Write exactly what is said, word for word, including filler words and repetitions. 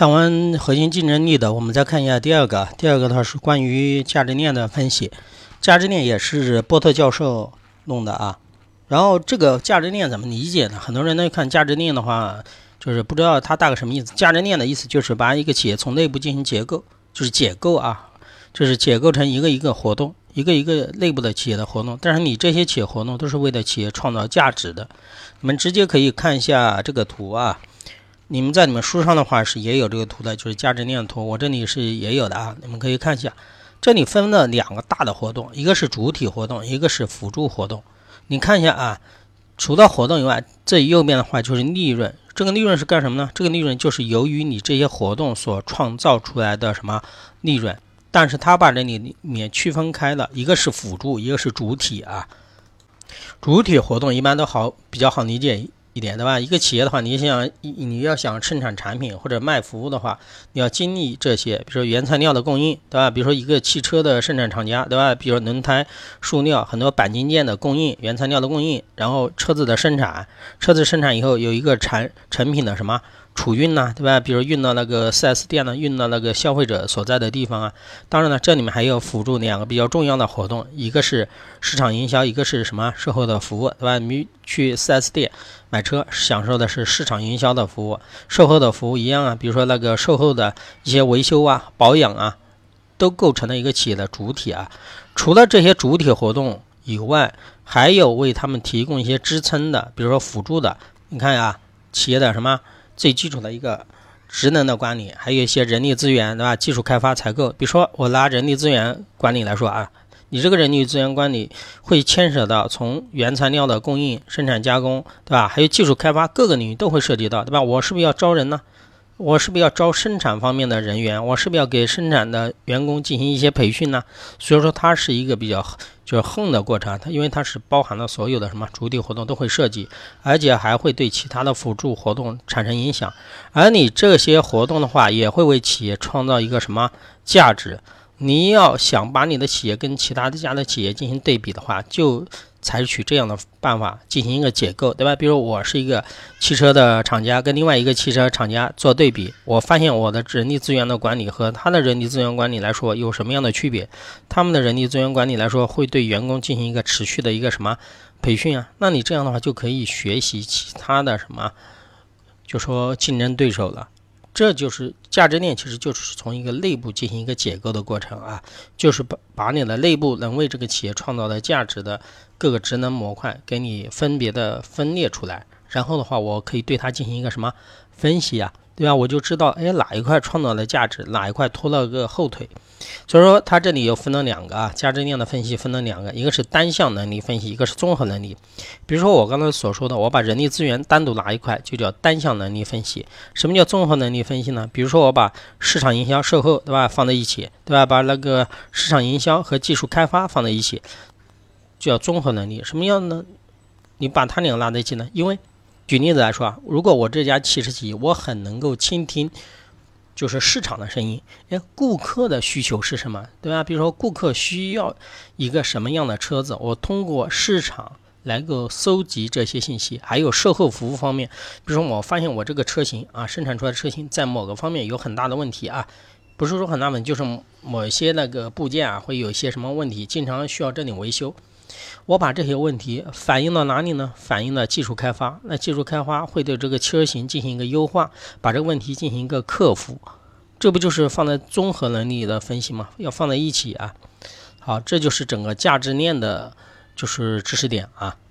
看完核心竞争力的，我们再看一下第二个。第二个它是关于价值链的分析，价值链也是波特教授弄的啊。然后这个价值链怎么理解呢？很多人呢看价值链的话，就是不知道它大概什么意思。价值链的意思就是把一个企业从内部进行结构，就是解构啊，就是解构成一个一个活动，一个一个内部的企业的活动。但是你这些企业活动都是为了企业创造价值的。你们直接可以看一下这个图啊。你们在你们书上的话是也有这个图的，就是价值链图，我这里是也有的啊，你们可以看一下。这里分了两个大的活动，一个是主体活动，一个是辅助活动。你看一下啊，除了活动以外，这右边的话就是利润。这个利润是干什么呢？这个利润就是由于你这些活动所创造出来的什么利润，但是它把这里面区分开了，一个是辅助，一个是主体啊。主体活动一般都好比较好理解一点，对吧？一个企业的话，你想你要想生产产品或者卖服务的话，你要经历这些，比如说原材料的供应，对吧？比如说一个汽车的生产厂家，对吧？比如轮胎、塑料、很多钣金件的供应，原材料的供应，然后车子的生产，车子生产以后有一个产成品的什么储运呢，对吧？比如运到那个 四 S 店呢，运到那个消费者所在的地方啊。当然了，这里面还有辅助两个比较重要的活动，一个是市场营销，一个是什么售后的服务，对吧？你去 四 S 店买车享受的是市场营销的服务，售后的服务一样啊，比如说那个售后的一些维修啊、保养啊，都构成了一个企业的主体啊。除了这些主体活动以外，还有为他们提供一些支撑的，比如说辅助的。你看啊，企业的什么最基础的一个职能的管理，还有一些人力资源，对吧？技术开发、采购。比如说我拿人力资源管理来说啊，你这个人力资源管理会牵扯到从原材料的供应、生产加工，对吧？还有技术开发，各个领域都会涉及到，对吧？我是不是要招人呢？我是不是要招生产方面的人员？我是不是要给生产的员工进行一些培训呢？所以说它是一个比较就是横的过程，它因为它是包含了所有的什么主体活动都会涉及，而且还会对其他的辅助活动产生影响。而你这些活动的话，也会为企业创造一个什么价值？你要想把你的企业跟其他的家的企业进行对比的话，就采取这样的办法进行一个解构，对吧？比如我是一个汽车的厂家，跟另外一个汽车厂家做对比，我发现我的人力资源的管理和他的人力资源管理来说有什么样的区别？他们的人力资源管理来说会对员工进行一个持续的一个什么培训啊？那你这样的话就可以学习其他的什么，就说竞争对手了。这就是价值链，其实就是从一个内部进行一个解构的过程啊，就是把把你的内部能为这个企业创造的价值的各个职能模块给你分别的分裂出来，然后的话，我可以对它进行一个什么分析啊，对吧？我就知道，哎，哪一块创造了价值，哪一块拖了个后腿。所以说，它这里又分了两个啊，价值链的分析分了两个，一个是单项能力分析，一个是综合能力。比如说我刚才所说的，我把人力资源单独拿一块，就叫单项能力分析。什么叫综合能力分析呢？比如说我把市场营销、售后，对吧，放在一起，对吧？把那个市场营销和技术开发放在一起，就叫综合能力。什么样呢？你把它俩拉在一起呢？因为举例子来说啊，如果我这家汽车企业，我很能够倾听就是市场的声音，哎，顾客的需求是什么，对吧？比如说顾客需要一个什么样的车子，我通过市场来够搜集这些信息。还有售后服务方面，比如说我发现我这个车型啊，生产出来的车型在某个方面有很大的问题啊，不是说很大问题，就是某一些那个部件啊会有一些什么问题，经常需要这里维修。我把这些问题反映到哪里呢？反映到技术开发，那技术开发会对这个车型进行一个优化，把这个问题进行一个克服，这不就是放在综合能力的分析吗？要放在一起啊。好，这就是整个价值链的就是知识点啊。